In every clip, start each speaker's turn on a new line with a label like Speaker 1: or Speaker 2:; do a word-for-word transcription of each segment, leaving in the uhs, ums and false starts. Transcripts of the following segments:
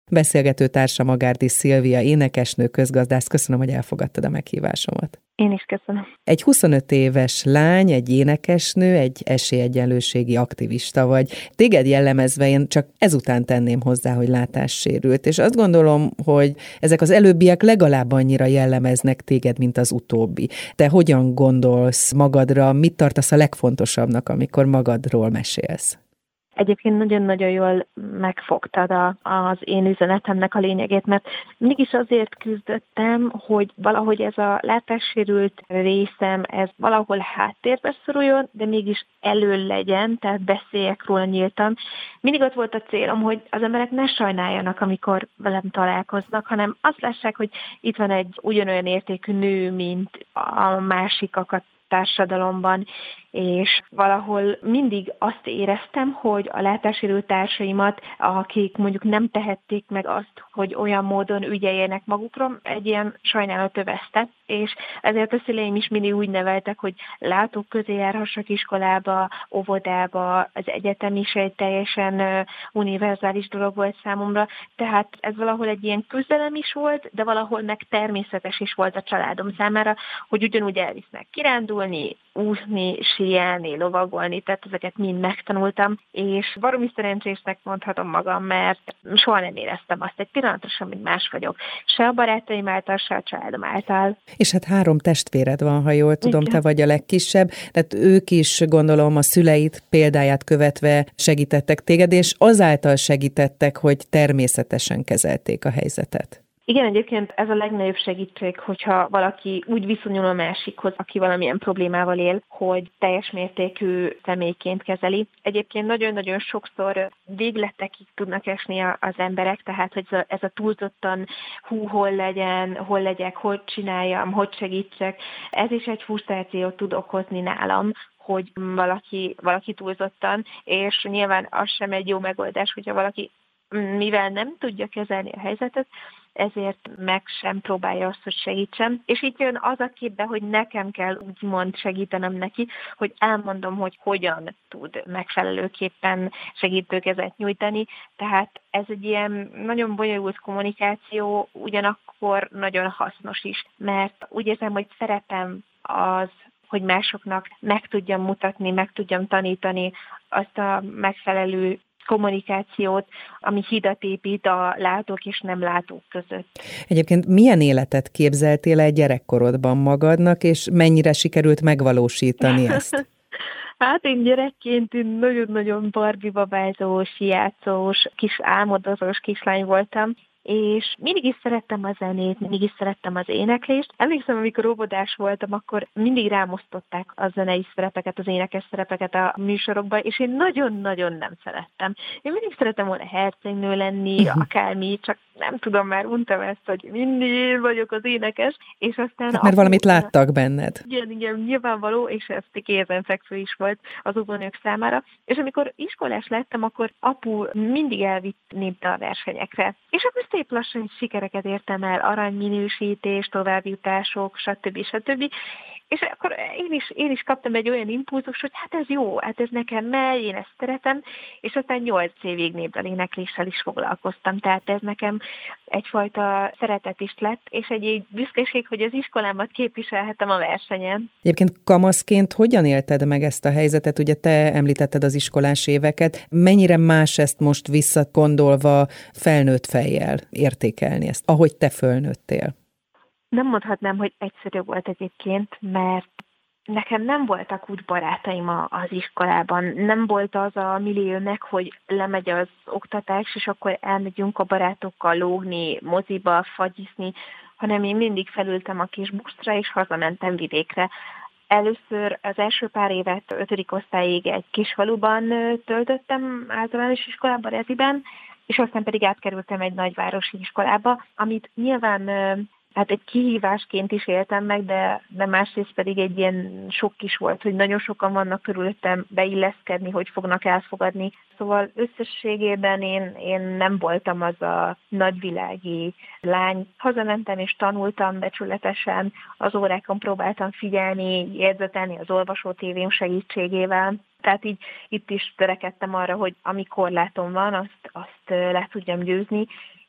Speaker 1: Beszélgető társa Magárdi Szilvia, énekesnő, közgazdász. Köszönöm, hogy elfogadtad a meghívásomat.
Speaker 2: Én is köszönöm.
Speaker 1: Egy huszonöt éves lány, egy énekesnő, egy esélyegyenlőségi aktivista vagy. Téged jellemezve én csak ezután tenném hozzá, hogy látássérült. És azt gondolom, hogy ezek az előbbiek legalább annyira jellemeznek téged, mint az utóbbi. Te hogyan gondolsz magadra, mit tartasz a legfontosabbnak, amikor magadról mesélsz?
Speaker 2: Egyébként nagyon-nagyon jól megfogtad a, az én üzenetemnek a lényegét, mert mégis azért küzdöttem, hogy valahogy ez a látássérült részem, ez valahol háttérbe szoruljon, de mégis elől legyen, tehát beszéljek róla nyíltan. Mindig ott volt a célom, hogy az emberek ne sajnáljanak, amikor velem találkoznak, hanem azt lássák, hogy itt van egy ugyanolyan értékű nő, mint a másikakat társadalomban, és valahol mindig azt éreztem, hogy a látássérült társaimat, akik mondjuk nem tehették meg azt, hogy olyan módon ügyeljenek magukra, egy ilyen sajnálat övezte, és ezért a szüleim is mindig úgy neveltek, hogy látók közé járhassak iskolába, óvodába, az egyetem is egy teljesen univerzális dolog volt számomra, tehát ez valahol egy ilyen küzdelem is volt, de valahol meg természetes is volt a családom számára, hogy ugyanúgy elvisznek kirándulni, úszni, síelni, lovagolni, tehát ezeket mind megtanultam, és baromi szerencsésnek mondhatom magam, mert soha nem éreztem azt egy pillanatra sem, hogy más vagyok. Se a barátaim által, se a családom által.
Speaker 1: És hát három testvéred van, ha jól tudom, igen. Te vagy a legkisebb, tehát ők is gondolom a szüleid példáját követve segítettek téged, és azáltal segítettek, hogy természetesen kezelték a helyzetet.
Speaker 2: Igen, egyébként ez a legnagyobb segítség, hogyha valaki úgy viszonyul a másikhoz, aki valamilyen problémával él, hogy teljes mértékű személyként kezeli. Egyébként nagyon-nagyon sokszor végletekig tudnak esni az emberek, tehát hogy ez a túlzottan hú, hol legyen, hol legyek, hogy csináljam, hogy segítsek. Ez is egy frusztrációt tud okozni nálam, hogy valaki, valaki túlzottan, és nyilván az sem egy jó megoldás, hogyha valaki, mivel nem tudja kezelni a helyzetet, ezért meg sem próbálja azt, hogy segítsem. És itt jön az a képbe, hogy nekem kell úgymond segítenem neki, hogy elmondom, hogy hogyan tud megfelelőképpen segítőkezet nyújtani. Tehát ez egy ilyen nagyon bonyolult kommunikáció, ugyanakkor nagyon hasznos is, mert úgy érzem, hogy szerepem az, hogy másoknak meg tudjam mutatni, meg tudjam tanítani azt a megfelelő kommunikációt, ami hidat épít a látók és nem látók között.
Speaker 1: Egyébként milyen életet képzeltél egy gyerekkorodban magadnak, és mennyire sikerült megvalósítani ezt?
Speaker 2: Hát én gyerekként én nagyon-nagyon barbibabázós, játszós, kis álmodozós kislány voltam, és mindig is szerettem a zenét, mindig is szerettem az éneklést. Emlékszem, amikor óvodás voltam, akkor mindig rámosztották a zenei szerepeket, az énekes szerepeket a műsorokba, és én nagyon-nagyon nem szerettem. Én mindig szerettem volna hercegnő lenni, uh-huh. akármi, csak nem tudom, már untam ezt, hogy mindig én vagyok az énekes, és aztán...
Speaker 1: Hát, mert valamit láttak benned.
Speaker 2: Igen, igen, nyilvánvaló, és ez kézenfekvő is volt az óvónők számára. És amikor iskolás lettem, akkor apu mindig elvitt a versenyekre. És akkor szép lassan sikereket értem el, aranyminősítés, továbbjutások, stb. stb. És akkor én is, én is kaptam egy olyan impulzus, hogy hát ez jó, hát ez nekem megy, én ezt szeretem, és aztán nyolc évig népdalénekléssel is foglalkoztam, tehát ez nekem egyfajta szeretet is lett, és egy, egy büszkeség, hogy az iskolámat képviselhetem a versenyen.
Speaker 1: Egyébként kamaszként hogyan élted meg ezt a helyzetet? Ugye te említetted az iskolás éveket. Mennyire más ezt most visszagondolva felnőtt fejjel értékelni ezt, ahogy te fölnőttél?
Speaker 2: Nem mondhatnám, hogy egyszerű volt egyébként, mert nekem nem voltak úgy barátaim az iskolában. Nem volt az a milliónek, hogy lemegy az oktatás, és akkor elmegyünk a barátokkal lógni, moziba, fagyizni, hanem én mindig felültem a kis buszra, és hazamentem vidékre. Először az első pár évet ötödik osztályig egy kis faluban töltöttem, általános iskolában, reziben, és aztán pedig átkerültem egy nagyvárosi iskolába, amit nyilván hát egy kihívásként is éltem meg, de, de másrészt pedig egy ilyen sok is volt, hogy nagyon sokan vannak körülöttem beilleszkedni, hogy fognak elfogadni. Szóval összességében én, én nem voltam az a nagyvilági lány. Hazamentem és tanultam becsületesen, az órákon próbáltam figyelni, jegyzetelni az olvasótévém segítségével. Tehát így itt is törekedtem arra, hogy ami korlátom van, azt, azt le tudjam győzni,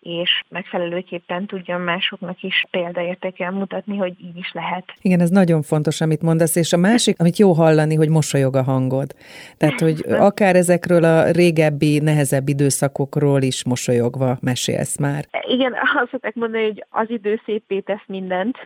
Speaker 2: és megfelelőképpen tudjon másoknak is példaértékűen mutatni, hogy így is lehet.
Speaker 1: Igen, ez nagyon fontos, amit mondasz, és a másik, amit jó hallani, hogy mosolyog a hangod. Tehát, hogy akár ezekről a régebbi, nehezebb időszakokról is mosolyogva mesélsz már.
Speaker 2: Igen, azt szokták mondani, hogy az idő széppé tesz mindent,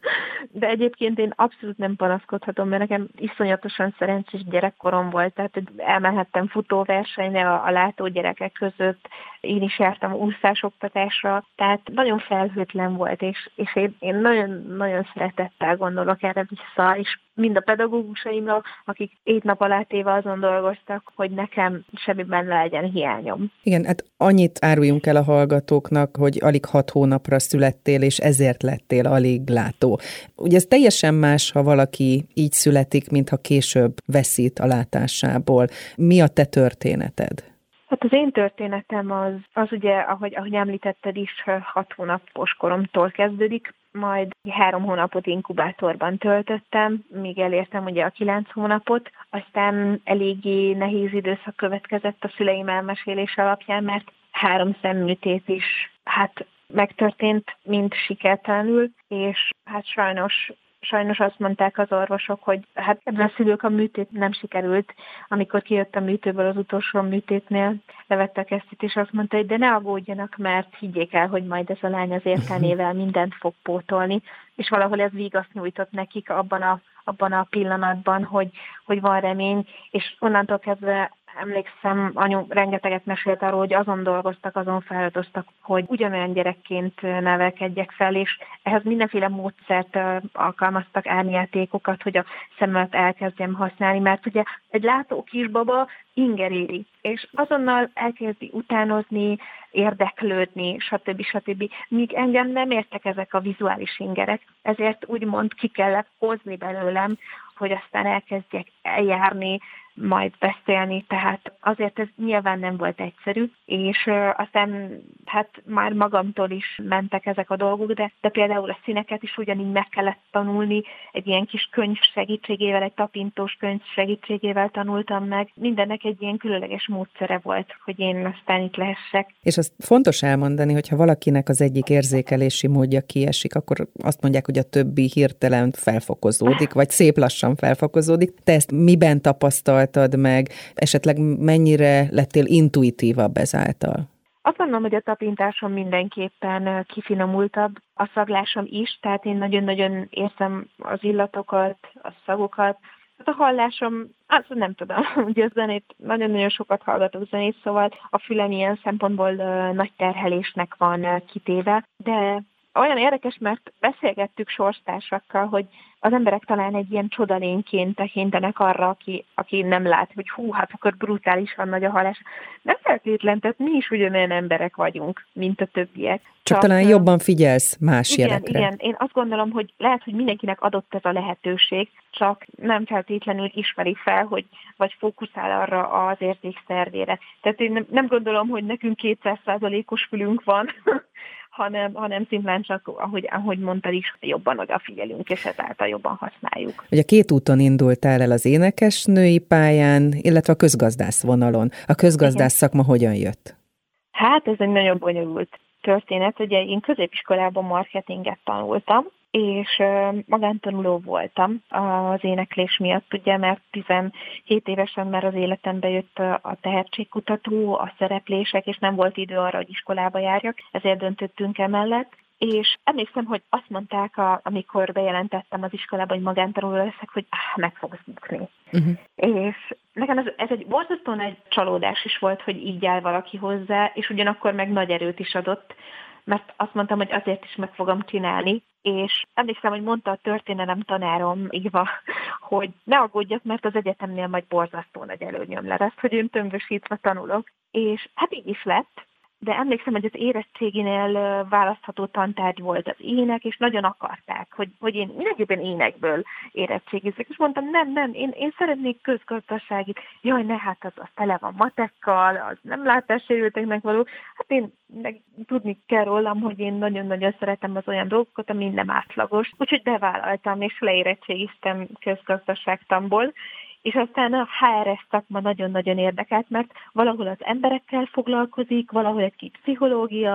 Speaker 2: de egyébként én abszolút nem panaszkodhatom, mert nekem iszonyatosan szerencsés gyerekkorom volt, tehát elmehettem futóversenyre a, a látógyerekek között, én is jártam úszásoktatásra, tehát nagyon felhőtlen volt, és, és én, én nagyon, nagyon szeretettel gondolok erre vissza, és mind a pedagógusaimra, akik hét nap alá téve azon dolgoztak, hogy nekem semmiben ne legyen hiányom.
Speaker 1: Igen, hát annyit áruljunk el a hallgatóknak, hogy alig hat hónapra születtél, és ezért lettél alig látó. Ugye ez teljesen más, ha valaki így születik, mint ha később veszít a látásából. Mi a te történeted?
Speaker 2: Hát az én történetem az, az ugye, ahogy, ahogy említetted is, hat hónapos koromtól kezdődik, majd három hónapot inkubátorban töltöttem, míg elértem ugye a kilenc hónapot, aztán eléggé nehéz időszak következett a szüleim elmesélése alapján, mert három szemműtét is hát megtörtént, mind sikertelenül, és hát sajnos Sajnos azt mondták az orvosok, hogy hát ebben a szülők a műtét nem sikerült. Amikor kijött a műtőből az utolsó műtétnél, levette a kesztyűt, és azt mondta, hogy de ne aggódjanak, mert higgyék el, hogy majd ez a lány az értelmével mindent fog pótolni. És valahol ez vigaszt nyújtott nekik abban a, abban a pillanatban, hogy, hogy van remény, és onnantól kezdve emlékszem, anyu rengeteget mesélt arról, hogy azon dolgoztak, azon fáradoztak, hogy ugyanolyan gyerekként nevelkedjek fel, és ehhez mindenféle módszert alkalmaztak, árnyjátékokat, hogy a szememet elkezdjem használni, mert ugye egy látó kisbaba ingeréri, és azonnal elkezdi utánozni, érdeklődni, stb. stb. Míg engem nem értek ezek a vizuális ingerek, ezért úgymond ki kellett hozni belőlem, hogy aztán elkezdjek eljárni, majd beszélni, tehát azért ez nyilván nem volt egyszerű, és uh, aztán hát már magamtól is mentek ezek a dolgok, de, de például a színeket is ugyanígy meg kellett tanulni, egy ilyen kis könyv segítségével, egy tapintós könyv segítségével tanultam meg. Mindennek egy ilyen különleges módszere volt, hogy én aztán itt lehessek.
Speaker 1: És azt fontos elmondani, hogyha valakinek az egyik érzékelési módja kiesik, akkor azt mondják, hogy a többi hirtelen felfokozódik, vagy szép lassan felfokozódik. Te ezt miben tapasztalt meg, esetleg mennyire lettél intuitívabb ezáltal?
Speaker 2: Azt mondom, hogy a tapintásom mindenképpen kifinomultabb, a szaglásom is, tehát én nagyon-nagyon érzem az illatokat, a szagokat. Hát a hallásom, azt nem tudom, ugye a zenét, nagyon-nagyon sokat hallgatok zenét, szóval a fülem ilyen szempontból nagy terhelésnek van kitéve, de olyan érdekes, mert beszélgettük sorstársakkal, hogy az emberek talán egy ilyen csodalényként tekintenek arra, aki, aki nem lát, hogy hú, hát akkor brutálisan nagy a hallás. Nem feltétlen, tehát mi is ugyanolyan emberek vagyunk, mint a többiek.
Speaker 1: Csak, Csak talán jobban figyelsz más
Speaker 2: igen,
Speaker 1: jelekre.
Speaker 2: Igen, én azt gondolom, hogy lehet, hogy mindenkinek adott ez a lehetőség, csak nem feltétlenül ismeri fel, hogy vagy fókuszál arra az érzékszervére. Tehát én nem, nem gondolom, hogy nekünk kétszáz százalékos fülünk van, hanem, hanem szimplán csak, ahogy, ahogy mondtad is, jobban odafigyelünk, és ezáltal jobban használjuk.
Speaker 1: Ugye két úton indultál el, az énekesnői pályán, illetve a közgazdász vonalon. A közgazdász Igen. szakma hogyan jött?
Speaker 2: Hát ez egy nagyon bonyolult történet. Ugye én középiskolában marketinget tanultam, és magántanuló voltam az éneklés miatt, ugye, mert tizenhét évesen már az életembe jött a tehetségkutató, a szereplések, és nem volt idő arra, hogy iskolába járjak, ezért döntöttünk emellett. És emlékszem, hogy azt mondták, a, amikor bejelentettem az iskolában, hogy magántanuló leszek, hogy áh, meg fogsz bukni. Uh-huh. És nekem ez, ez egy borzasztóan egy csalódás is volt, hogy így áll valaki hozzá, és ugyanakkor meg nagy erőt is adott, mert azt mondtam, hogy azért is meg fogom csinálni, és emlékszem, hogy mondta a történelem tanárom Iva, hogy ne aggódjak, mert az egyetemnél majd borzasztó nagy előnyöm lesz, hogy én tömbösítve tanulok. És hát így is lett, de emlékszem, hogy az érettséginél választható tantárgy volt az ének, és nagyon akarták, hogy, hogy én mindenképpen énekből érettségizek. És mondtam, nem, nem, én, én szeretnék közgazdaságit. Jaj, ne, hát az, az tele van matekkal, az nem látássérülteknek való. Hát én meg tudni kell rólam, hogy én nagyon-nagyon szeretem az olyan dolgokat, ami nem átlagos. Úgyhogy bevállaltam, és leérettségiztem közgazdaságtanból. És aztán a há er es szakma nagyon-nagyon érdekelt, mert valahol az emberekkel foglalkozik, valahol egy kicsit pszichológia,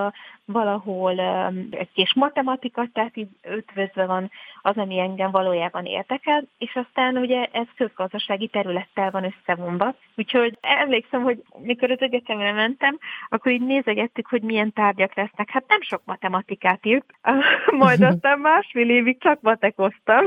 Speaker 2: valahol egy kis matematika, tehát így ötvözve van az, ami engem valójában érdekel, és aztán ugye ez közgazdasági területtel van összevonva. Úgyhogy emlékszem, hogy mikor az egyetemre mentem, akkor így nézegettük, hogy milyen tárgyak lesznek. Hát nem sok matematikát írt, majd aztán másfél évig csak matekoztam.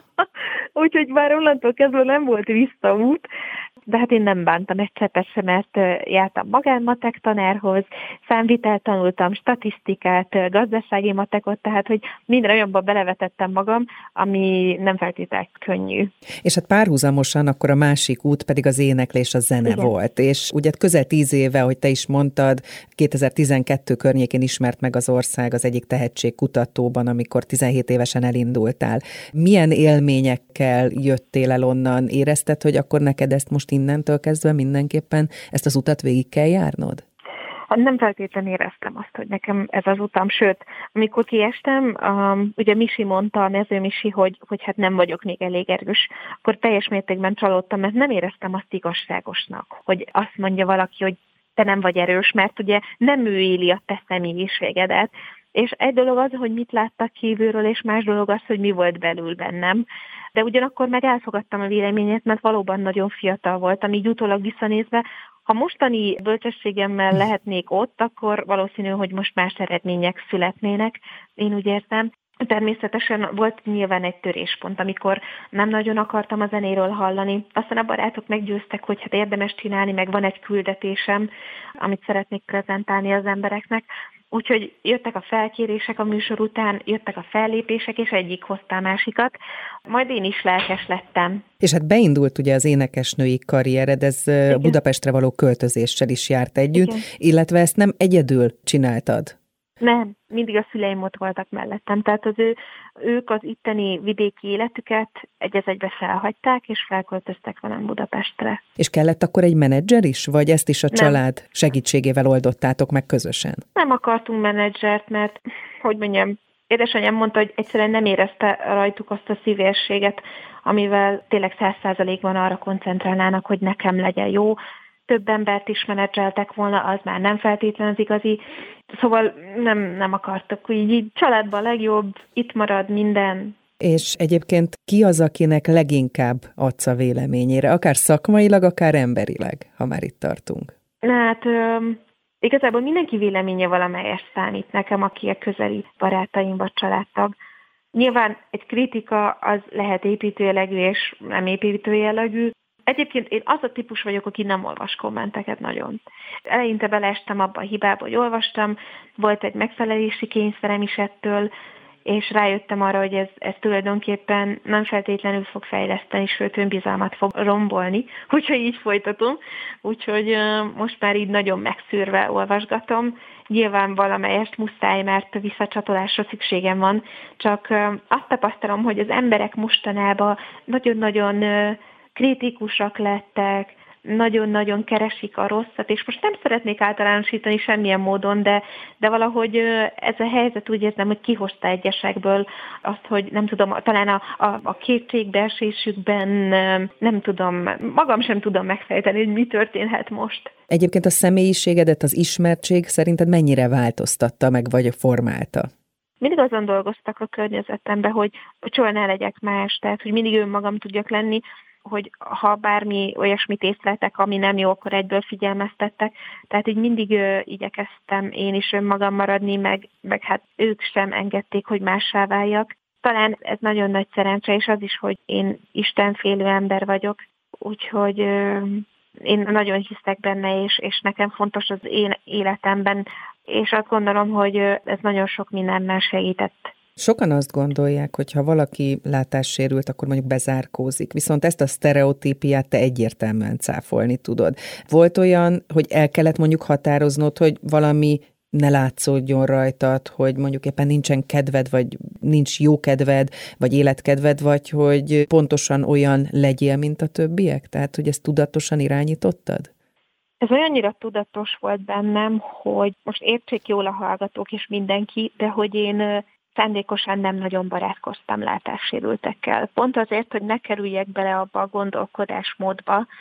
Speaker 2: Úgyhogy már onnantól kezdve nem volt visszaút, de hát én nem bántam egy cseppet sem, mert jártam magánmatek tanárhoz, számvitelt tanultam, statisztikát, gazdasági matekot, tehát hogy minden olyanba belevetettem magam, ami nem feltétlenül könnyű.
Speaker 1: És hát párhuzamosan akkor a másik út pedig az éneklés, a zene Igen. volt, és ugye közel tíz éve, hogy te is mondtad, kétezer-tizenkettő környékén ismert meg az ország az egyik tehetségkutatóban, amikor tizenhét évesen elindultál. Milyen élményekkel jöttél el onnan? Érezted, hogy akkor neked ezt most innentől kezdve mindenképpen ezt az utat végig kell járnod?
Speaker 2: Nem feltétlenül éreztem azt, hogy nekem ez az utam, sőt, amikor kiestem, um, ugye Misi mondta, a Mező Misi, hogy, hogy hát nem vagyok még elég erős, akkor teljes mértékben csalódtam, mert nem éreztem azt igazságosnak, hogy azt mondja valaki, hogy te nem vagy erős, mert ugye nem ő éli a te személyiségedet. És egy dolog az, hogy mit láttak kívülről, és más dolog az, hogy mi volt belül bennem. De ugyanakkor meg elfogadtam a véleményét, mert valóban nagyon fiatal voltam, így utólag visszanézve. Ha mostani bölcsességemmel lehetnék ott, akkor valószínű, hogy most más eredmények születnének, én úgy érzem. Természetesen volt nyilván egy töréspont, amikor nem nagyon akartam a zenéről hallani. Aztán a barátok meggyőztek, hogy hát érdemes csinálni, meg van egy küldetésem, amit szeretnék prezentálni az embereknek. Úgyhogy jöttek a felkérések a műsor után, jöttek a fellépések, és egyik hozta a másikat. Majd én is lelkes lettem.
Speaker 1: És hát beindult ugye az énekesnői karriered, ez Igen. Budapestre való költözéssel is járt együtt, Igen. illetve ezt nem egyedül csináltad.
Speaker 2: Nem, mindig a szüleim ott voltak mellettem, tehát az ő, ők az itteni vidéki életüket egy az egybe felhagyták, és felköltöztek velem Budapestre.
Speaker 1: És kellett akkor egy menedzser is, vagy ezt is a Nem. család segítségével oldottátok meg közösen?
Speaker 2: Nem akartunk menedzsert, mert, hogy mondjam, édesanyám mondta, hogy egyszerűen nem érezte rajtuk azt a szívérséget, amivel tényleg száz százalékban arra koncentrálnának, hogy nekem legyen jó. Több embert is menedzseltek volna, az már nem feltétlenül az igazi. Szóval nem, nem akartok. Így, így családban legjobb, itt marad minden.
Speaker 1: És egyébként ki az, akinek leginkább adsz a véleményére, akár szakmailag, akár emberileg, ha már itt tartunk?
Speaker 2: Hát um, igazából mindenki véleménye valamelyest számít nekem, aki a közeli barátaim vagy családtag. Nyilván egy kritika az lehet építőjellegű és nem építőjellegű. Egyébként én az a típus vagyok, aki nem olvas kommenteket nagyon. Eleinte beleestem abba a hibába, hogy olvastam, volt egy megfelelési kényszerem is ettől, és rájöttem arra, hogy ez, ez tulajdonképpen nem feltétlenül fog fejleszteni, sőt önbizalmat fog rombolni, úgyhogy így folytatom. Úgyhogy uh, most már így nagyon megszűrve olvasgatom. Nyilván valamelyest muszáj, mert visszacsatolásra szükségem van, csak uh, azt tapasztalom, hogy az emberek mostanában nagyon-nagyon uh, kritikusak lettek, nagyon-nagyon keresik a rosszat, és most nem szeretnék általánosítani semmilyen módon, de, de valahogy ez a helyzet úgy érzem, hogy kihozta egyesekből azt, hogy nem tudom, talán a, a, a kétségbeesésükben nem tudom, magam sem tudom megfejteni, hogy mi történhet most.
Speaker 1: Egyébként a személyiségedet az ismertség szerinted mennyire változtatta meg, vagy formálta?
Speaker 2: Mindig azon dolgoztak a környezetemben, hogy soha ne legyek más, tehát hogy mindig önmagam tudjak lenni, hogy ha bármi olyasmit észleltek, ami nem jó, akkor egyből figyelmeztettek. Tehát így mindig ö, igyekeztem én is önmagam maradni, meg, meg hát ők sem engedték, hogy mássá váljak. Talán ez nagyon nagy szerencse, és az is, hogy én istenfélő ember vagyok, úgyhogy ö, én nagyon hiszek benne, és, és nekem fontos az én életemben, és azt gondolom, hogy ez nagyon sok mindenben segített.
Speaker 1: Sokan azt gondolják, hogy ha valaki látássérült, akkor mondjuk bezárkózik, viszont ezt a sztereotípiát te egyértelműen cáfolni tudod. Volt olyan, hogy el kellett mondjuk határoznod, hogy valami ne látszódjon rajtad, hogy mondjuk éppen nincsen kedved, vagy nincs jó kedved, vagy életkedved, vagy hogy pontosan olyan legyél, mint a többiek? Tehát, hogy ezt tudatosan irányítottad?
Speaker 2: Ez olyannyira tudatos volt bennem, hogy most értsék jól a hallgatók és mindenki, de hogy én szándékosan nem nagyon barátkoztam látássérültekkel. Pont azért, hogy ne kerüljek bele abba a gondolkodásmódba,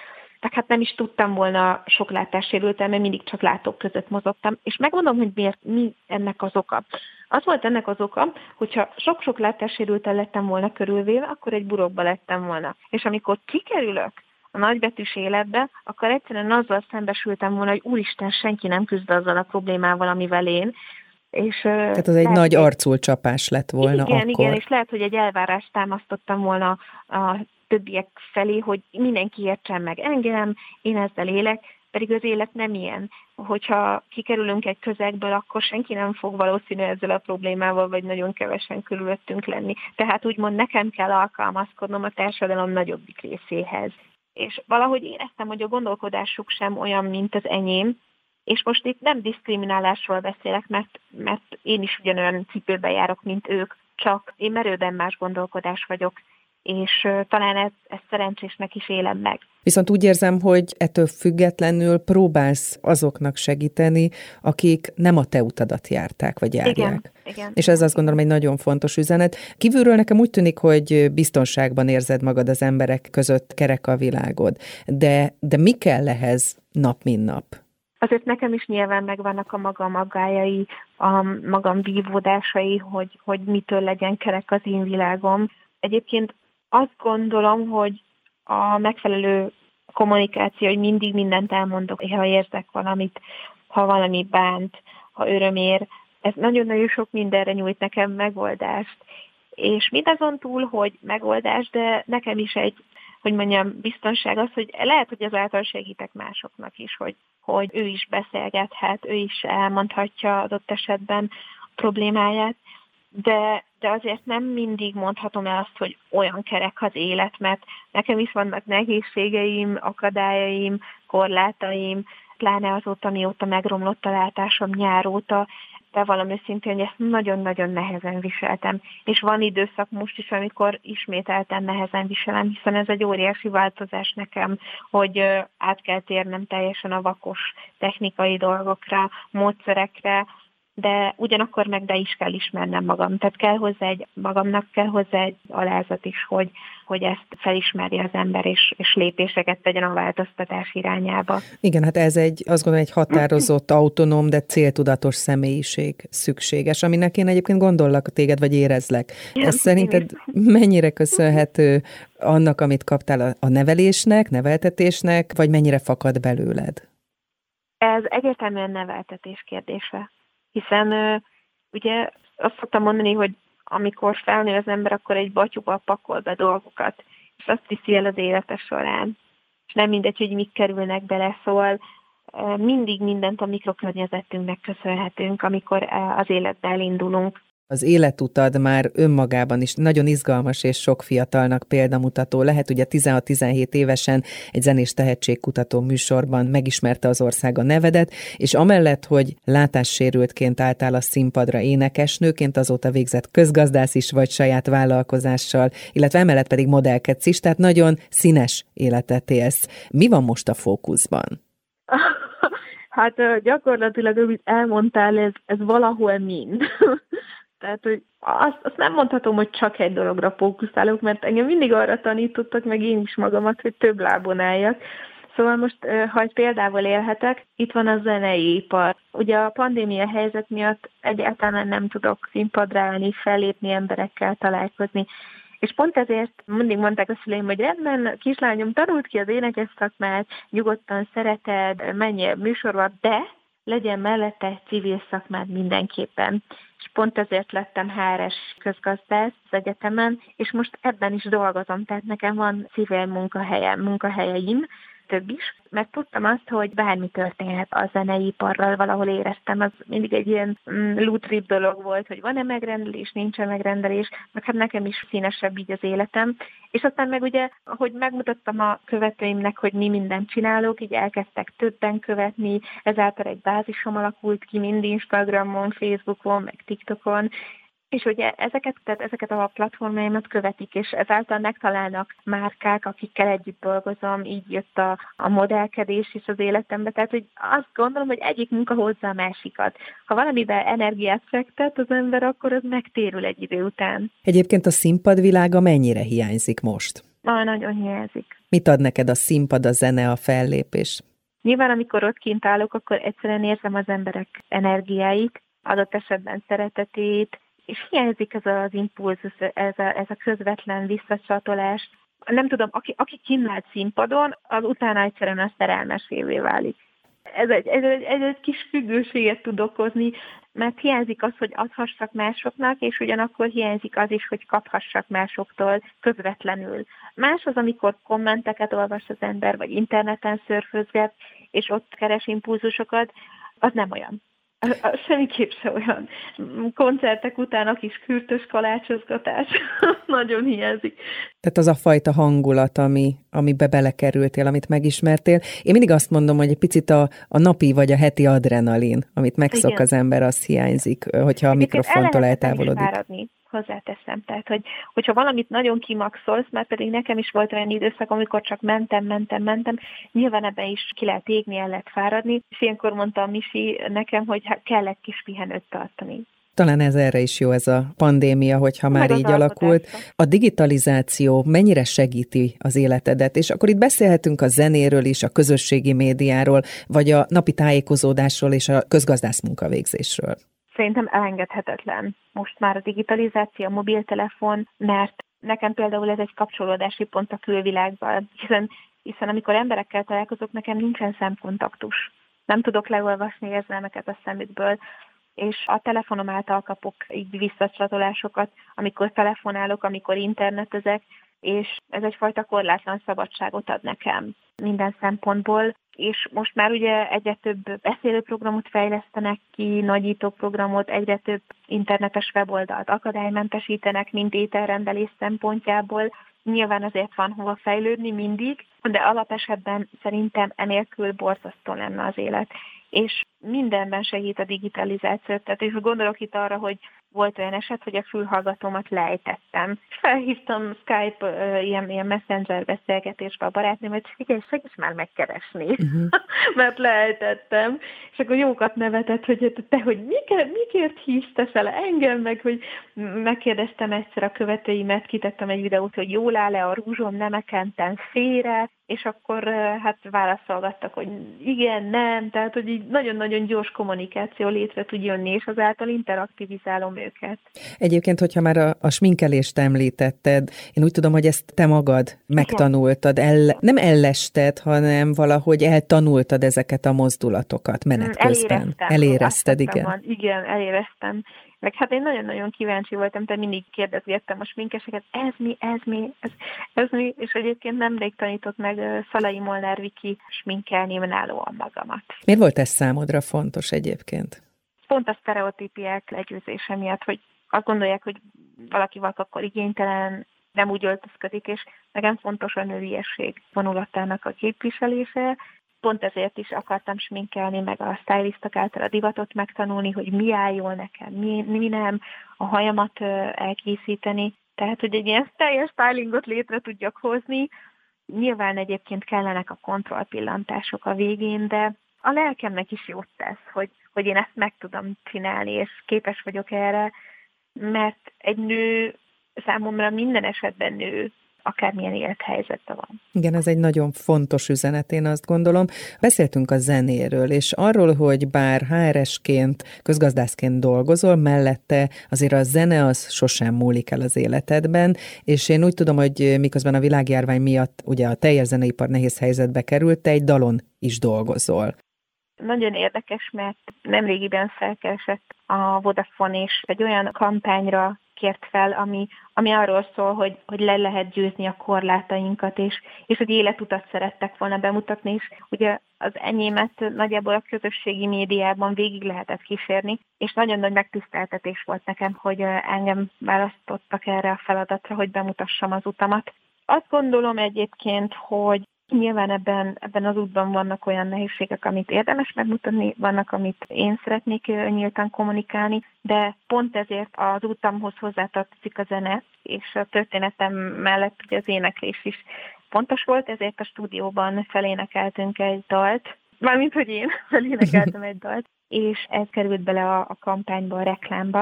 Speaker 2: hát nem is tudtam volna sok látássérültem, mert mindig csak látók között mozogtam. És megmondom, hogy miért, mi ennek az oka. Az volt ennek az oka, hogyha sok-sok látássérülten lettem volna körülvéve, akkor egy burokba lettem volna. És amikor kikerülök a nagybetűs életbe, akkor egyszerűen azzal szembesültem volna, hogy úristen, senki nem küzd azzal a problémával, amivel én. És,
Speaker 1: Tehát az egy lehet, nagy arculcsapás lett volna
Speaker 2: igen,
Speaker 1: akkor.
Speaker 2: Igen, és lehet, hogy egy elvárást támasztottam volna a többiek felé, hogy mindenki értsen meg engem, én ezzel élek, pedig az élet nem ilyen. Hogyha kikerülünk egy közegből, akkor senki nem fog valószínű ezzel a problémával, vagy nagyon kevesen körülöttünk lenni. Tehát úgymond nekem kell alkalmazkodnom a társadalom nagyobbik részéhez. És valahogy éreztem, hogy a gondolkodásuk sem olyan, mint az enyém, és most itt nem diszkriminálásról beszélek, mert, mert én is ugyanolyan cipőben járok, mint ők, csak én merőben más gondolkodás vagyok, és talán ezt, ezt szerencsésnek is élem meg.
Speaker 1: Viszont úgy érzem, hogy ettől függetlenül próbálsz azoknak segíteni, akik nem a te utadat járták, vagy járják.
Speaker 2: Igen, igen.
Speaker 1: És ez azt gondolom egy nagyon fontos üzenet. Kívülről nekem úgy tűnik, hogy biztonságban érzed magad az emberek között, kerek a világod. De, de mi kell ehhez nap, mint nap?
Speaker 2: Azért nekem is nyilván megvannak a magam aggályai, a magam vívódásai, hogy, hogy mitől legyen kerek az én világom. Egyébként azt gondolom, hogy a megfelelő kommunikáció, hogy mindig mindent elmondok, ha érzek valamit, ha valami bánt, ha öröm ér, ez nagyon-nagyon sok mindenre nyújt nekem megoldást. És mindazon túl, hogy megoldás, de nekem is egy, hogy mondjam, biztonság az, hogy lehet, hogy ezáltal segítek másoknak is, hogy, hogy ő is beszélgethet, ő is elmondhatja adott esetben a problémáját, de, de azért nem mindig mondhatom el azt, hogy olyan kerek az élet, mert nekem is vannak nehézségeim, akadályaim, korlátaim, pláne azóta, mióta megromlott a látásom nyár óta, de valami őszintén, hogy ezt nagyon-nagyon nehezen viseltem. És van időszak most is, amikor ismételten nehezen viselem, hiszen ez egy óriási változás nekem, hogy át kell térnem teljesen a vakos technikai dolgokra, módszerekre, de ugyanakkor meg de is kell ismernem magam. Tehát kell hozzá egy, magamnak kell hozzá egy alázat is, hogy, hogy ezt felismerje az ember, és, és lépéseket tegyen a változtatás irányába.
Speaker 1: Igen, hát ez egy, azt gondolom, egy határozott, autonóm, de céltudatos személyiség szükséges, aminek én egyébként gondollak téged, vagy érezlek.
Speaker 2: Ja,
Speaker 1: ez szerinted mennyire köszönhető annak, amit kaptál a nevelésnek, neveltetésnek, vagy mennyire fakad belőled?
Speaker 2: Ez egyértelműen neveltetés kérdése. Hiszen ugye azt szoktam mondani, hogy amikor felnő az ember, akkor egy batyúba pakol be dolgokat, és azt viszi el az élete során. És nem mindegy, hogy mik kerülnek bele, szóval mindig mindent a mikrokörnyezetünknek köszönhetünk, amikor az életbe elindulunk.
Speaker 1: Az életutad már önmagában is nagyon izgalmas és sok fiatalnak példamutató lehet. Ugye tizenhat-tizenhét évesen egy zenés tehetségkutató műsorban megismerte az ország a nevedet, és amellett, hogy látássérültként álltál a színpadra énekesnőként, azóta végzett közgazdász is vagy saját vállalkozással, illetve emellett pedig modellkedsz is, tehát nagyon színes életet élsz. Mi van most a fókuszban?
Speaker 2: Hát gyakorlatilag, amit elmondtál, ez, ez valahol mind. Tehát, hogy azt, azt nem mondhatom, hogy csak egy dologra fókuszálok, mert engem mindig arra tanítottak, meg én is magamat, hogy több lábon álljak. Szóval most, ha egy példával élhetek, itt van a zenei ipar. Ugye a pandémia helyzet miatt egyáltalán nem tudok színpadra állni, fellépni, emberekkel találkozni. És pont ezért mindig mondták a szüleim, hogy rendben, kislányom, tanult ki az énekes szakmát, nyugodtan szereted, menjél műsorba, de legyen mellette egy civil szakmád mindenképpen. És pont ezért lettem há er es közgazdász az egyetemen, és most ebben is dolgozom, tehát nekem van civil munkahelyem, munkahelyeim, több is, mert tudtam azt, hogy bármi történhet a zenei iparral, valahol éreztem, az mindig egy ilyen mm, lútrip dolog volt, hogy van-e megrendelés, nincs-e megrendelés, meg hát nekem is színesebb így az életem, és aztán meg ugye, ahogy megmutattam a követőimnek, hogy mi mindent csinálok, így elkezdtek többen követni, ezáltal egy bázisom alakult ki mind Instagramon, Facebookon, meg TikTokon, és ugye ezeket, tehát ezeket a platformjaimat követik, és ezáltal megtalálnak márkák, akikkel együtt dolgozom, így jött a, a modellkedés is az életembe. Tehát, hogy azt gondolom, hogy egyik munka hozza a másikat. Ha valamiben energiát fektet az ember, akkor az megtérül egy idő után.
Speaker 1: Egyébként a színpadvilága mennyire hiányzik most?
Speaker 2: Ah, nagyon hiányzik.
Speaker 1: Mit ad neked a színpad, a zene, a fellépés?
Speaker 2: Nyilván, amikor ott kint állok, akkor egyszerűen érzem az emberek energiáit, adott esetben szeretetét, és hiányzik ez az impulzus, ez a, ez a közvetlen visszacsatolás. Nem tudom, aki, aki kint állt színpadon, az utána egyszerűen a szerelmesévé válik. Ez egy, ez, egy, ez egy kis függőséget tud okozni, mert hiányzik az, hogy adhassak másoknak, és ugyanakkor hiányzik az is, hogy kaphassak másoktól közvetlenül. Más az, amikor kommenteket olvas az ember, vagy interneten szörfözget, és ott keres impulzusokat, az nem olyan. Semmiképp se olyan. Koncertek után a kis kürtös kalácsozgatás nagyon hiányzik.
Speaker 1: Tehát az a fajta hangulat, ami, amibe belekerültél, amit megismertél. Én mindig azt mondom, hogy egy picit a, a napi vagy a heti adrenalin, amit megszok igen. az ember, az hiányzik, hogyha a mikrofontól eltávolodik.
Speaker 2: Hozzáteszem. Tehát, hogy, hogyha valamit nagyon kimaxolsz, mert pedig nekem is volt olyan időszak, amikor csak mentem, mentem, mentem, nyilván ebben is ki lehet égni, el lehet fáradni, és ilyenkor mondta a Misi nekem, hogy kell egy kis pihenőt tartani.
Speaker 1: Talán ez erre is jó ez a pandémia, hogyha már így alakult. A digitalizáció mennyire segíti az életedet? És akkor itt beszélhetünk a zenéről is, a közösségi médiáról, vagy a napi tájékozódásról és a közgazdász munkavégzésről.
Speaker 2: Szerintem elengedhetetlen most már a digitalizáció, a mobiltelefon, mert nekem például ez egy kapcsolódási pont a külvilággal, hiszen, hiszen amikor emberekkel találkozok, nekem nincsen szemkontaktus. Nem tudok leolvasni érzelmeket a szemükből, és a telefonom által kapok így visszacsatolásokat, amikor telefonálok, amikor internetezek, és ez egyfajta korlátlan szabadságot ad nekem minden szempontból, és most már ugye egyre több beszélőprogramot fejlesztenek ki, nagyítóprogramot, egyre több internetes weboldalt akadálymentesítenek, mint ételrendelés szempontjából. Nyilván azért van hova fejlődni mindig, de alapesetben szerintem enélkül borzasztó lenne az élet. És mindenben segít a digitalizáció. Tehát és gondolok itt arra, hogy volt olyan eset, hogy a fülhallgatómat lejtettem. Felhívtam Skype uh, ilyen, ilyen messenger beszélgetésbe a barátnőm, hogy figyelj, segíts már megkeresni, uh-huh. mert lejtettem. És akkor jókat nevetett, hogy te, hogy mikért, mikért hívsz te fel engem, meg hogy megkérdeztem egyszer a követőimet, kitettem egy videót, hogy jól áll-e a rúzsom, nem ekentem félre, és akkor hát válaszolgattak, hogy igen, nem, tehát hogy így nagyon-nagyon gyors kommunikáció létre tud jönni, és azáltal interaktivizálom őket.
Speaker 1: Egyébként, hogyha már a, a sminkelést említetted, én úgy tudom, hogy ezt te magad megtanultad, el, nem ellested, hanem valahogy eltanultad ezeket a mozdulatokat menet közben.
Speaker 2: Eléreztem.
Speaker 1: Elérezted, igen.
Speaker 2: Van. Igen, eléreztem. Meg hát én nagyon-nagyon kíváncsi voltam, te mindig kérdezgettem a sminkeseket, ez mi, ez mi, ez, ez mi, és egyébként nemrég tanított meg Szalai Molnár Viki sminkelni önállóan magamat.
Speaker 1: Miért volt ez számodra fontos egyébként?
Speaker 2: Pont a sztereotípiák legyőzése miatt, hogy azt gondolják, hogy valaki akkor igénytelen, nem úgy öltözködik, és nekem fontos a nőiesség vonulatának a képviselése. Pont ezért is akartam sminkelni, meg a stylistok által a divatot megtanulni, hogy mi áll jól nekem, mi, mi nem, a hajamat elkészíteni. Tehát, hogy egy ilyen teljes stylingot létre tudjak hozni. Nyilván egyébként kellenek a kontrollpillantások a végén, de a lelkemnek is jót tesz, hogy, hogy én ezt meg tudom csinálni, és képes vagyok erre, mert egy nő számomra minden esetben nő, akármilyen élethelyzetben van.
Speaker 1: Igen, ez egy nagyon fontos üzenet, én azt gondolom. Beszéltünk a zenéről, és arról, hogy bár há er esként, közgazdászként dolgozol, mellette azért a zene az sosem múlik el az életedben, és én úgy tudom, hogy miközben a világjárvány miatt ugye a teljes zeneipar nehéz helyzetbe került, te egy dalon is dolgozol.
Speaker 2: Nagyon érdekes, mert nemrégiben felkeresett a Vodafone, és egy olyan kampányra kért fel, ami, ami arról szól, hogy, hogy le lehet győzni a korlátainkat, és, és hogy életutat szerettek volna bemutatni, és ugye az enyémet nagyjából a közösségi médiában végig lehetett kísérni, és nagyon nagy megtiszteltetés volt nekem, hogy engem választottak erre a feladatra, hogy bemutassam az utamat. Azt gondolom egyébként, hogy nyilván ebben, ebben az útban vannak olyan nehézségek, amit érdemes megmutatni, vannak, amit én szeretnék nyíltan kommunikálni, de pont ezért az utamhoz hozzátartozik a zene, és a történetem mellett ugye az éneklés is fontos volt, ezért a stúdióban felénekeltünk egy dalt, mármint, hogy én felénekeltem egy dalt, és ez került bele a, a kampányba, a reklámba,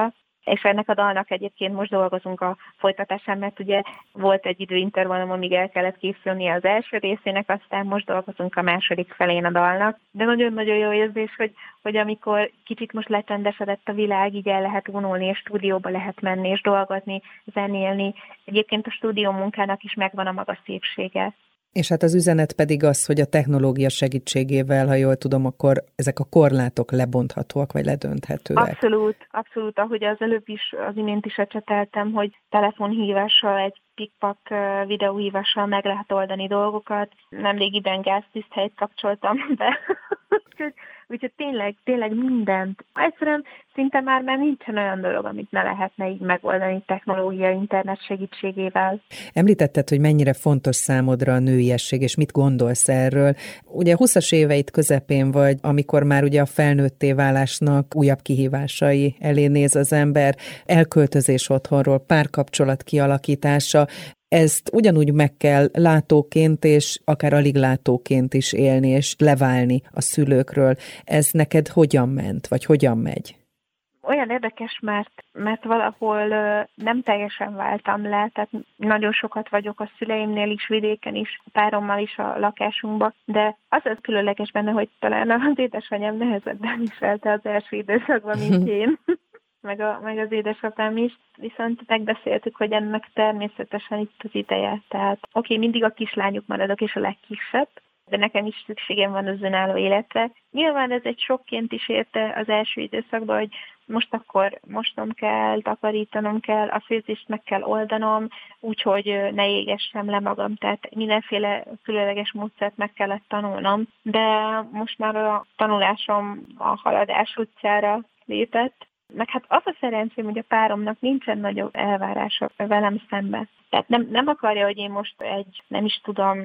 Speaker 2: És ennek a dalnak egyébként most dolgozunk a folytatásán, mert ugye volt egy időintervallum, amíg el kellett készülni az első részének, aztán most dolgozunk a második felén a dalnak. De nagyon-nagyon jó érzés, hogy, hogy amikor kicsit most lecsendesedett a világ, így el lehet vonulni, és stúdióba lehet menni, és dolgozni, zenélni. Egyébként a stúdió munkának is megvan a maga szépsége.
Speaker 1: És hát az üzenet pedig az, hogy a technológia segítségével, ha jól tudom, akkor ezek a korlátok lebonthatóak, vagy ledönthetőek.
Speaker 2: Abszolút, abszolút, ahogy az előbb is, az imént is ecseteltem, hogy telefonhívással, egy pikpak videóhívással meg lehet oldani dolgokat. Nemrégiben gáztiszthelyt kapcsoltam be. úgyhogy, úgyhogy tényleg, tényleg mindent. Egyszerűen szinte már, már nincsen olyan dolog, amit ne lehetne így megoldani technológia, internet segítségével.
Speaker 1: Említetted, hogy mennyire fontos számodra a nőiesség, és mit gondolsz erről. Ugye húszas éveid közepén vagy, amikor már ugye a felnőtté válásnak újabb kihívásai elé néz az ember, elköltözés otthonról, párkapcsolat kialakítása. Ezt ugyanúgy meg kell látóként, és akár alig látóként is élni, és leválni a szülőkről. Ez neked hogyan ment, vagy hogyan megy?
Speaker 2: Olyan érdekes, mert, mert valahol nem teljesen váltam le, tehát nagyon sokat vagyok a szüleimnél is, vidéken is, párommal is a lakásunkban, de az az különleges benne, hogy talán az édesanyám nehezebben viselte az első időszakban, mint én. Meg, a, meg az édesapám is, viszont megbeszéltük, hogy ennek természetesen itt az ideje. Tehát oké, okay, mindig a kislányuk maradok, és a legkisebb, de nekem is szükségem van az önálló életre. Nyilván ez egy sokként is érte az első időszakban, hogy most akkor mosnom kell, takarítanom kell, a főzést meg kell oldanom, úgyhogy ne égessem le magam, tehát mindenféle különleges módszert meg kellett tanulnom, de most már a tanulásom a haladás útjára lépett. Meg hát az a szerencsém, hogy a páromnak nincsen nagyobb elvárása velem szemben. Tehát nem, nem akarja, hogy én most egy, nem is tudom,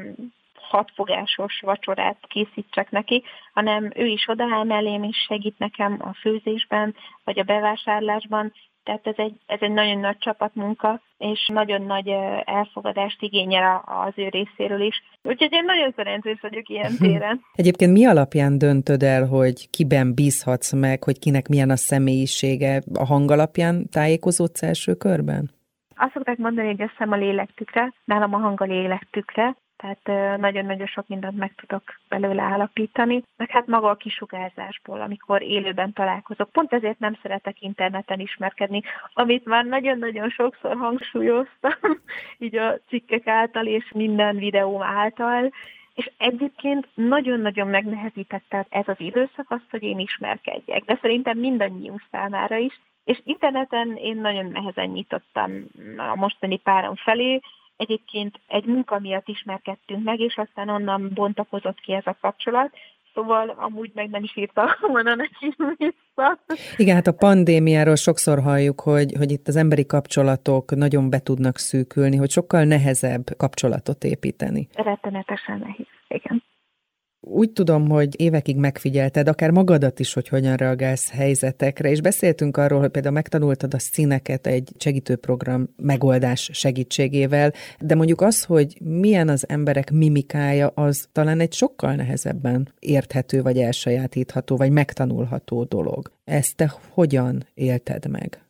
Speaker 2: hatfogásos vacsorát készítsek neki, hanem ő is odaáll mellém, és segít nekem a főzésben, vagy a bevásárlásban. Tehát ez egy, ez egy nagyon nagy csapatmunka, és nagyon nagy elfogadást igényel az ő részéről is. Úgyhogy én nagyon szerencsés vagyok ilyen téren.
Speaker 1: Egyébként mi alapján döntöd el, hogy kiben bízhatsz meg, hogy kinek milyen a személyisége? A hang alapján tájékozódsz első körben?
Speaker 2: Azt szokták mondani, hogy a szem a lélek tükre, nálam a hang a lélek tükre, tehát nagyon-nagyon sok mindent meg tudok belőle állapítani, meg hát maga a kisugárzásból, amikor élőben találkozok. Pont ezért nem szeretek interneten ismerkedni, amit már nagyon-nagyon sokszor hangsúlyoztam, így a cikkek által és minden videóm által, és egyébként nagyon-nagyon megnehezítette ez az időszak azt, hogy én ismerkedjek, de szerintem mindannyiunk számára is, és interneten én nagyon nehezen nyitottam a mostani párom felé. Egyébként egy munka miatt ismerkedtünk meg, és aztán onnan bontakozott ki ez a kapcsolat, szóval amúgy meg nem is írtam volna neki vissza.
Speaker 1: Igen, hát a pandémiáról sokszor halljuk, hogy, hogy itt az emberi kapcsolatok nagyon be tudnak szűkülni, hogy sokkal nehezebb kapcsolatot építeni.
Speaker 2: Rettenetesen nehéz, igen.
Speaker 1: Úgy tudom, hogy évekig megfigyelted, akár magadat is, hogy hogyan reagálsz helyzetekre, és beszéltünk arról, hogy például megtanultad a színeket egy segítőprogram megoldás segítségével, de mondjuk az, hogy milyen az emberek mimikája, az talán egy sokkal nehezebben érthető, vagy elsajátítható, vagy megtanulható dolog. Ezt te hogyan élted meg?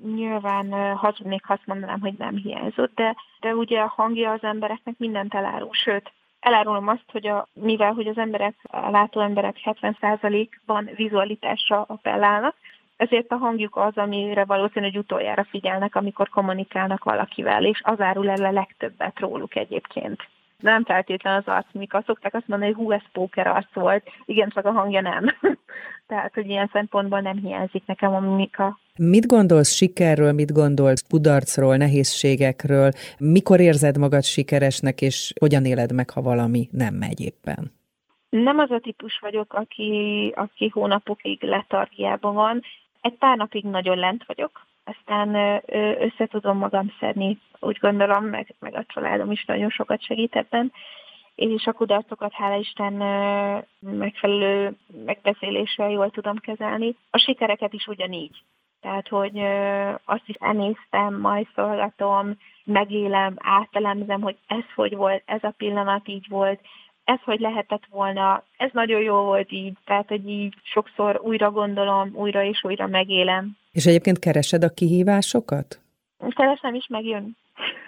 Speaker 2: Nyilván hazudnék, ha azt mondanám, hogy nem hiányzott, de, de ugye a hangja az embereknek mindent elárul, sőt, elárulom azt, hogy a, mivel hogy az emberek, a látó emberek hetven százalékban vizualitásra appellálnak, ezért a hangjuk az, amire valószínűleg utoljára figyelnek, amikor kommunikálnak valakivel, és az árul el a legtöbbet róluk egyébként. Nem feltétlen az arcmimika. Szokták azt mondani, hogy hú, ez póker arc volt. Igen, csak a hangja nem. Tehát, hogy ilyen szempontból nem hiányzik nekem a mimika.
Speaker 1: Mit gondolsz sikerről, mit gondolsz kudarcról, nehézségekről? Mikor érzed magad sikeresnek, és hogyan éled meg, ha valami nem megy éppen?
Speaker 2: Nem az a típus vagyok, aki, aki hónapokig letargiában van. Egy pár napig nagyon lent vagyok, aztán össze tudom magam szedni, úgy gondolom, meg, meg a családom is nagyon sokat segít ebben, és a kudarcokat, hála Isten, megfelelő megbeszéléssel jól tudom kezelni. A sikereket is ugyanígy. Tehát, hogy azt is emésztem, majd szolgatom, megélem, átelemzem, hogy ez hogy volt, ez a pillanat így volt, ez hogy lehetett volna, ez nagyon jó volt így, tehát, hogy így sokszor újra gondolom, újra és újra megélem.
Speaker 1: És egyébként keresed a kihívásokat?
Speaker 2: Keresem is, megjön.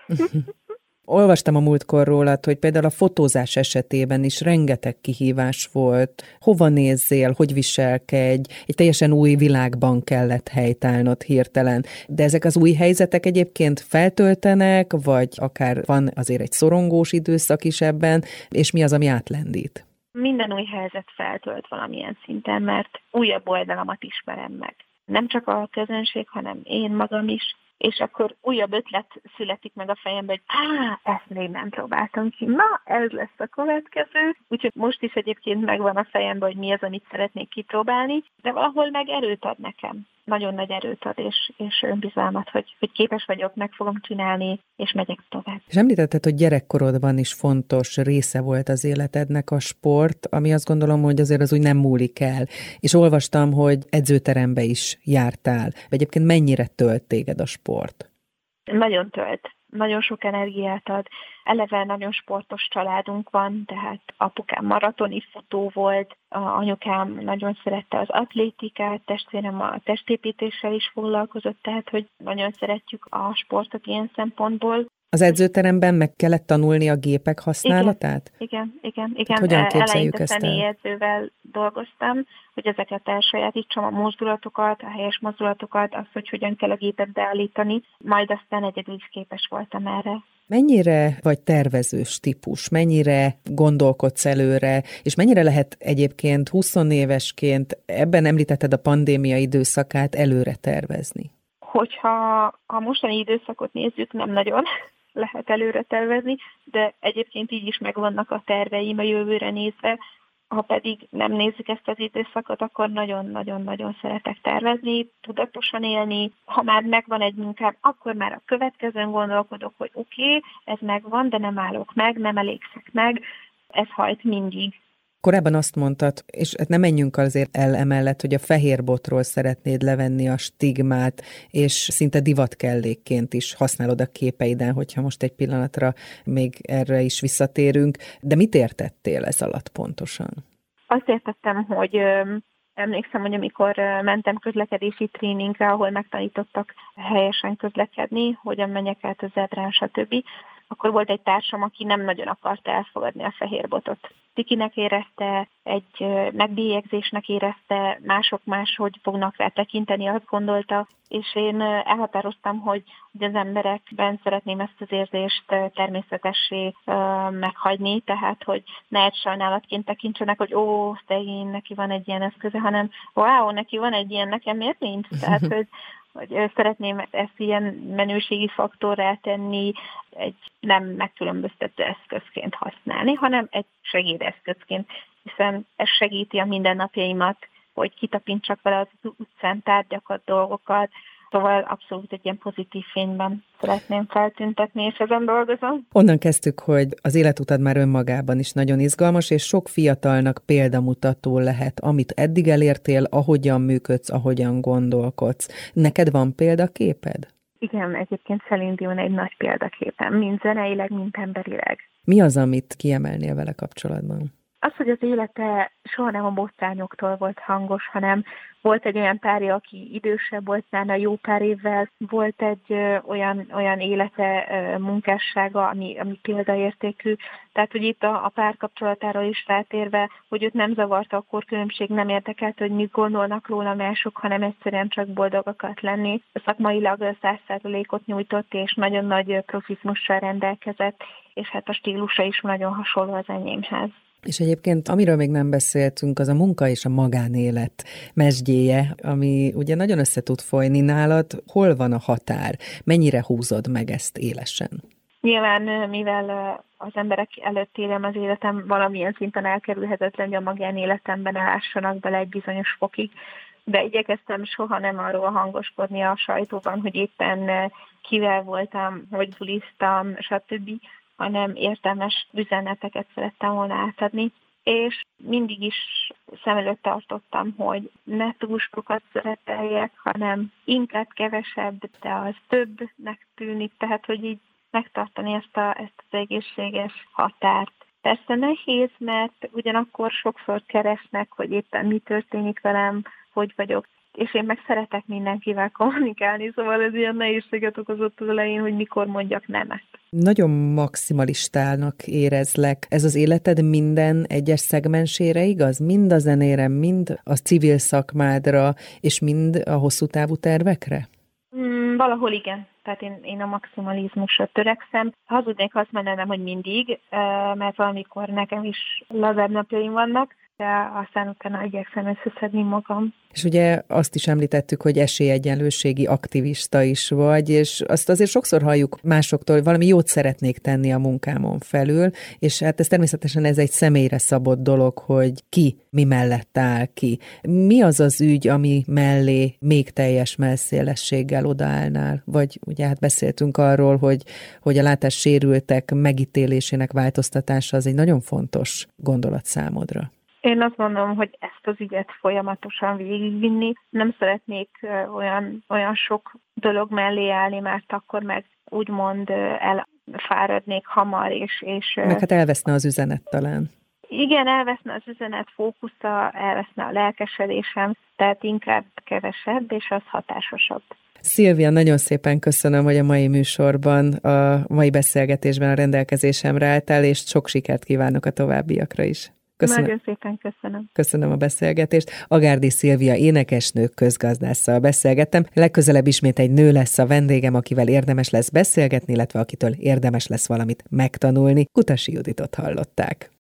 Speaker 1: Olvastam a múltkor rólad, hogy például a fotózás esetében is rengeteg kihívás volt. Hova nézzél, hogy viselkedj, egy teljesen új világban kellett helytállnod hirtelen. De ezek az új helyzetek egyébként feltöltenek, vagy akár van azért egy szorongós időszak is ebben, és mi az, ami átlendít?
Speaker 2: Minden új helyzet feltölt valamilyen szinten, mert újabb oldalamat ismerem meg. Nem csak a közönség, hanem én magam is. És akkor újabb ötlet születik meg a fejembe, hogy á, ezt még nem próbáltam ki, na, ez lesz a következő. Úgyhogy most is egyébként megvan a fejemben, hogy mi az, amit szeretnék kipróbálni, de valahol meg erőt ad nekem. Nagyon nagy erőt ad, és, és önbizalmat, hogy, hogy képes vagyok, meg fogom csinálni, és megyek tovább.
Speaker 1: És említetted, hogy gyerekkorodban is fontos része volt az életednek a sport, ami azt gondolom, hogy azért az úgy nem múlik el. És olvastam, hogy edzőterembe is jártál. Egyébként mennyire tölt téged a sport?
Speaker 2: Nagyon tölt. Nagyon sok energiát ad. Eleve nagyon sportos családunk van, tehát apukám maratoni futó volt, a anyukám nagyon szerette az atlétikát, testvérem a testépítéssel is foglalkozott, tehát hogy nagyon szeretjük a sportot ilyen szempontból.
Speaker 1: Az edzőteremben meg kellett tanulni a gépek használatát?
Speaker 2: Igen, igen, igen.
Speaker 1: Hát hogyan képzeljük
Speaker 2: Eleinte
Speaker 1: ezt el?
Speaker 2: személyedzővel dolgoztam, hogy ezeket elsajátítsam, a mozdulatokat, a helyes mozdulatokat, azt, hogy hogyan kell a gépet beállítani, majd aztán egyedül is képes voltam erre.
Speaker 1: Mennyire vagy tervezős típus, mennyire gondolkodsz előre, és mennyire lehet egyébként húsz évesként, ebben említetted a pandémia időszakát, előre tervezni?
Speaker 2: Hogyha a mostani időszakot nézzük, nem nagyon lehet előre tervezni, de egyébként így is megvannak a terveim a jövőre nézve. Ha pedig nem nézzük ezt az időszakot, akkor nagyon-nagyon-nagyon szeretek tervezni, tudatosan élni. Ha már megvan egy munkám, akkor már a következőn gondolkodok, hogy oké, okay, ez megvan, de nem állok meg, nem elégszek meg. Ez hajt mindig.
Speaker 1: Korábban azt mondtad, és nem menjünk azért el emellett, hogy a fehér botról szeretnéd levenni a stigmát, és szinte divatkellékként is használod a képeiden, hogyha most egy pillanatra még erre is visszatérünk. De mit értettél ez alatt pontosan? Azt
Speaker 2: értettem, hogy emlékszem, hogy amikor mentem közlekedési tréningre, ahol megtanítottak helyesen közlekedni, hogyan menjek át a zebrán, stb., akkor volt egy társam, aki nem nagyon akarta elfogadni a fehér botot. Tikinek érezte, egy megbélyegzésnek érezte, mások máshogy fognak rá tekinteni, azt gondolta, és én elhatároztam, hogy, hogy az emberekben szeretném ezt az érzést természetessé meghagyni, tehát, hogy ne egy sajnálatként tekintsenek, hogy ó, szegény, neki van egy ilyen eszköze, hanem wow, neki van egy ilyen, nekem miért nincs? Tehát, hogy hogy szeretném ezt ilyen menőségi faktorrá tenni, egy nem megkülönböztető eszközként használni, hanem egy segédeszközként, hiszen ez segíti a mindennapjaimat, hogy kitapintsak vele az utcán tárgyakat, dolgokat, szóval abszolút egy ilyen pozitív fényben szeretném feltüntetni, és ezen dolgozom. Onnan kezdtük, hogy az életutad már önmagában is nagyon izgalmas, és sok fiatalnak példamutató lehet, amit eddig elértél, ahogyan működsz, ahogyan gondolkodsz. Neked van példaképed? Igen, egyébként Celine Dion egy nagy példaképem, mind zeneileg, mind emberileg. Mi az, amit kiemelnél vele kapcsolatban? Az, hogy az élete soha nem a botrányoktól volt hangos, hanem volt egy olyan párja, aki idősebb volt nála jó pár évvel, volt egy ö, olyan, olyan élete, ö, munkássága, ami, ami példaértékű. Tehát, hogy itt a, a párkapcsolatáról is rátérve, hogy őt nem zavarta a korkülönbség, nem érdekelt, hogy mit gondolnak róla mások, hanem egyszerűen csak boldog akart lenni. Szakmailag száz százalékot nyújtott, és nagyon nagy profizmussal rendelkezett, és hát a stílusa is nagyon hasonló az enyémhez. És egyébként, amiről még nem beszéltünk, az a munka és a magánélet mesdjéje, ami ugye nagyon össze tud folyni nálad. Hol van a határ? Mennyire húzod meg ezt élesen? Nyilván, mivel az emberek előtt élem az életem, valamilyen szinten elkerülhetetlen, hogy a magánéletemben elássanak bele egy bizonyos fokig, de igyekeztem soha nem arról hangoskodni a sajtóban, hogy éppen kivel voltam, hogy buliztam, stb., hanem értelmes üzeneteket szerettem volna átadni, és mindig is szem előtt tartottam, hogy ne túl sokat szereteljek, hanem inkább kevesebb, de az többnek tűnik, tehát hogy így megtartani ezt, a, ezt az egészséges határt. Persze nehéz, mert ugyanakkor sokszor keresnek, hogy éppen mi történik velem, hogy vagyok. és én meg szeretek mindenkivel kommunikálni, szóval ez ilyen nehézséget okozott az elején, hogy mikor mondjak nemet.
Speaker 1: Nagyon maximalistának érezlek. Ez az életed minden egyes szegmensére igaz? Mind a zenére, mind a civil szakmádra, és mind a hosszú távú tervekre?
Speaker 2: Mm, valahol igen. Tehát én, én a maximalizmusra törekszem. Hazudnék azt mondanám, hogy mindig, mert valamikor nekem is lazább napjaim vannak, de aztán utána igyekszem összeszedni magam.
Speaker 1: És ugye azt is említettük, hogy esélyegyenlőségi aktivista is vagy, és azt azért sokszor halljuk másoktól, hogy valami jót szeretnék tenni a munkámon felül, és hát ez természetesen ez egy személyre szabott dolog, hogy ki mi mellett áll ki. Mi az az ügy, ami mellé még teljes mellszélességgel odaállnál? Vagy ugye hát beszéltünk arról, hogy, hogy a látássérültek megítélésének változtatása az egy nagyon fontos gondolat számodra.
Speaker 2: Én azt gondolom, hogy ezt az ügyet folyamatosan végigvinni. Nem szeretnék olyan, olyan sok dolog mellé állni, mert akkor meg úgymond elfáradnék hamar, és... és
Speaker 1: meg hát elveszne az üzenet talán.
Speaker 2: Igen, elveszne az üzenet fókusza, elveszne a lelkesedésem, tehát inkább kevesebb, és az hatásosabb.
Speaker 1: Szilvia, nagyon szépen köszönöm, hogy a mai műsorban, a mai beszélgetésben a rendelkezésemre álltál, és sok sikert kívánok a továbbiakra is.
Speaker 2: Köszönöm. Nagyon szépen köszönöm.
Speaker 1: Köszönöm a beszélgetést. Agárdi Szilvia énekesnő közgazdásszal beszélgettem. Legközelebb ismét egy nő lesz a vendégem, akivel érdemes lesz beszélgetni, illetve akitől érdemes lesz valamit megtanulni. Kutasi Juditot hallották.